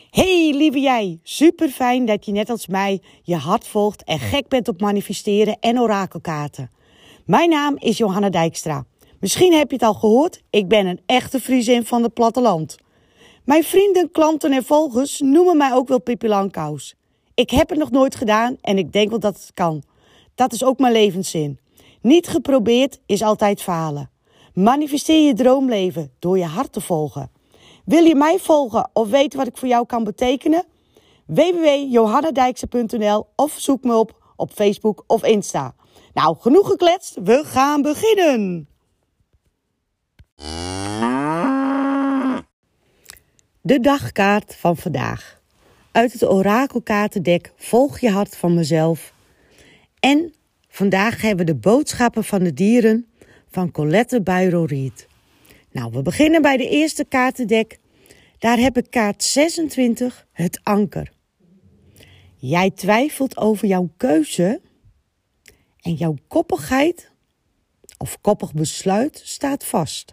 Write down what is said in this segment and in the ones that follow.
Hey lieve jij, super fijn dat je net als mij je hart volgt en gek bent op manifesteren en orakelkaarten. Mijn naam is Johanna Dijkstra. Misschien heb je het al gehoord, ik ben een echte Friesin van het platteland. Mijn vrienden, klanten en volgers noemen mij ook wel Pippi Langkous. Ik heb het nog nooit gedaan en ik denk wel dat het kan. Dat is ook mijn levenszin. Niet geprobeerd is altijd falen. Manifesteer je droomleven door je hart te volgen. Wil je mij volgen of weten wat ik voor jou kan betekenen? www.johannadijkster.nl of zoek me op Facebook of Insta. Nou, genoeg gekletst, we gaan beginnen. De dagkaart van vandaag. Uit het orakelkaartendek Volg je hart van mezelf. En vandaag hebben we de boodschappen van de dieren van Colette Bayrou-Riet. Nou, we beginnen bij de eerste kaartendek. Daar heb ik kaart 26, het anker. Jij twijfelt over jouw keuze en jouw koppigheid of koppig besluit staat vast.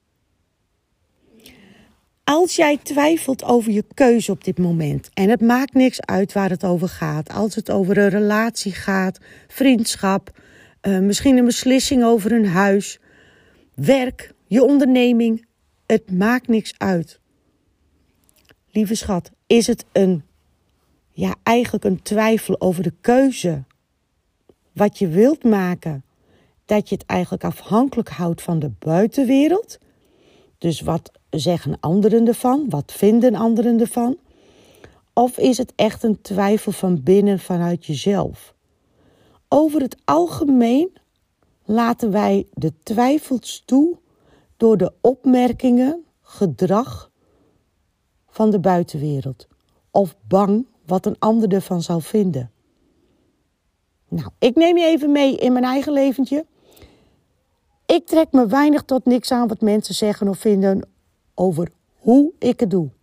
Als jij twijfelt over je keuze op dit moment en het maakt niks uit waar het over gaat. Als het over een relatie gaat, vriendschap, misschien een beslissing over een huis, werk, je onderneming. Het maakt niks uit. Lieve schat, is het eigenlijk een twijfel over de keuze wat je wilt maken, dat je het eigenlijk afhankelijk houdt van de buitenwereld? Dus wat zeggen anderen ervan? Wat vinden anderen ervan? Of is het echt een twijfel van binnen vanuit jezelf? Over het algemeen laten wij de twijfels toe door de opmerkingen, gedrag van de buitenwereld. Of bang wat een ander ervan zal vinden. Nou, ik neem je even mee in mijn eigen leventje. Ik trek me weinig tot niks aan wat mensen zeggen of vinden over hoe ik het doe.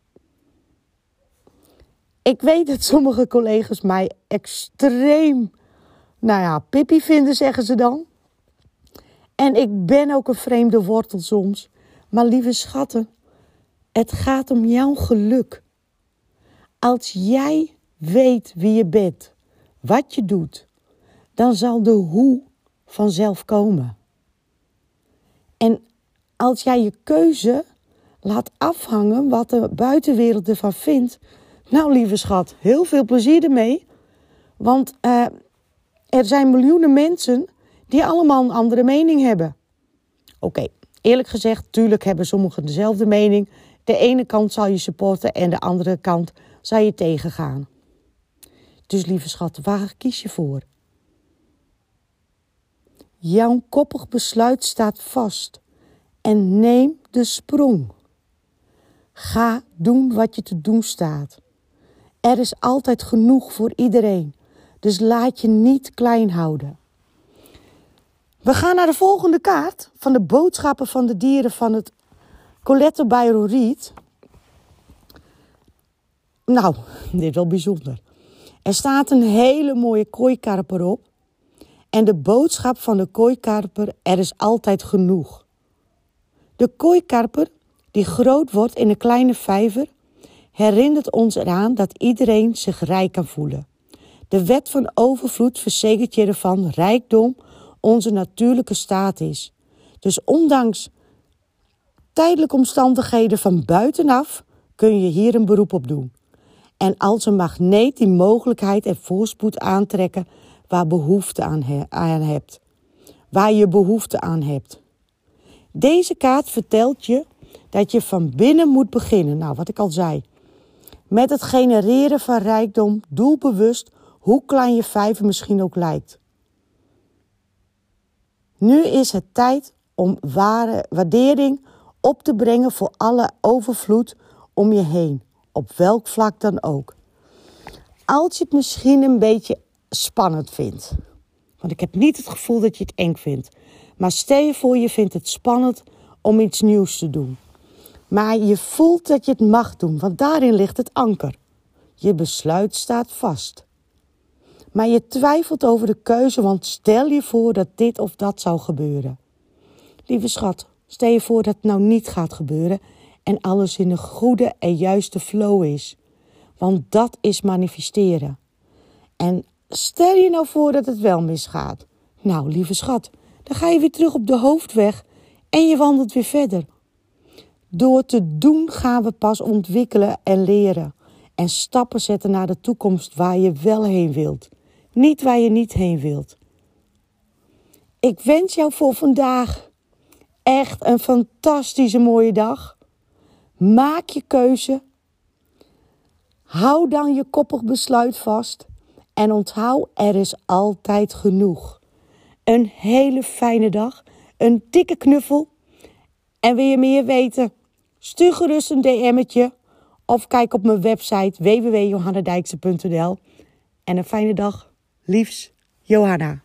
Ik weet dat sommige collega's mij extreem, Pippi vinden, zeggen ze dan. En ik ben ook een vreemde wortel soms. Maar lieve schatten, het gaat om jouw geluk. Als jij weet wie je bent, wat je doet, dan zal de hoe vanzelf komen. En als jij je keuze laat afhangen wat de buitenwereld ervan vindt, nou lieve schat, heel veel plezier ermee. Want er zijn miljoenen mensen die allemaal een andere mening hebben. Oké, eerlijk gezegd, tuurlijk hebben sommigen dezelfde mening. De ene kant zal je supporten en de andere kant zal je tegengaan. Dus lieve schat, waar kies je voor? Jouw koppig besluit staat vast. En neem de sprong. Ga doen wat je te doen staat. Er is altijd genoeg voor iedereen. Dus laat je niet klein houden. We gaan naar de volgende kaart van de boodschappen van de dieren van het Colette Bayrou-Riet. Nou, dit is wel bijzonder. Er staat een hele mooie kooikarper op. En de boodschap van de kooikarper, er is altijd genoeg. De kooikarper, die groot wordt in een kleine vijver, herinnert ons eraan dat iedereen zich rijk kan voelen. De wet van overvloed verzekert je ervan rijkdom onze natuurlijke staat is. Dus ondanks tijdelijke omstandigheden van buitenaf kun je hier een beroep op doen. En als een magneet die mogelijkheid en voorspoed aantrekken waar behoefte aan hebt. Waar je behoefte aan hebt. Deze kaart vertelt je dat je van binnen moet beginnen. Nou, wat ik al zei. Met het genereren van rijkdom, doelbewust, hoe klein je vijver misschien ook lijkt. Nu is het tijd om ware waardering op te brengen voor alle overvloed om je heen. Op welk vlak dan ook. Als je het misschien een beetje spannend vindt. Want ik heb niet het gevoel dat je het eng vindt. Maar stel je voor je vindt het spannend om iets nieuws te doen. Maar je voelt dat je het mag doen, want daarin ligt het anker. Je besluit staat vast. Maar je twijfelt over de keuze, want stel je voor dat dit of dat zou gebeuren. Lieve schat, stel je voor dat het nou niet gaat gebeuren en alles in een goede en juiste flow is. Want dat is manifesteren. En stel je nou voor dat het wel misgaat. Nou, lieve schat, dan ga je weer terug op de hoofdweg en je wandelt weer verder. Door te doen gaan we pas ontwikkelen en leren. En stappen zetten naar de toekomst waar je wel heen wilt. Niet waar je niet heen wilt. Ik wens jou voor vandaag echt een fantastische mooie dag. Maak je keuze. Hou dan je koppig besluit vast. En onthoud, er is altijd genoeg. Een hele fijne dag. Een dikke knuffel. En wil je meer weten? Stuur gerust een DM'tje. Of kijk op mijn website www.johannadijkse.nl. En een fijne dag. Liefs, Johanna.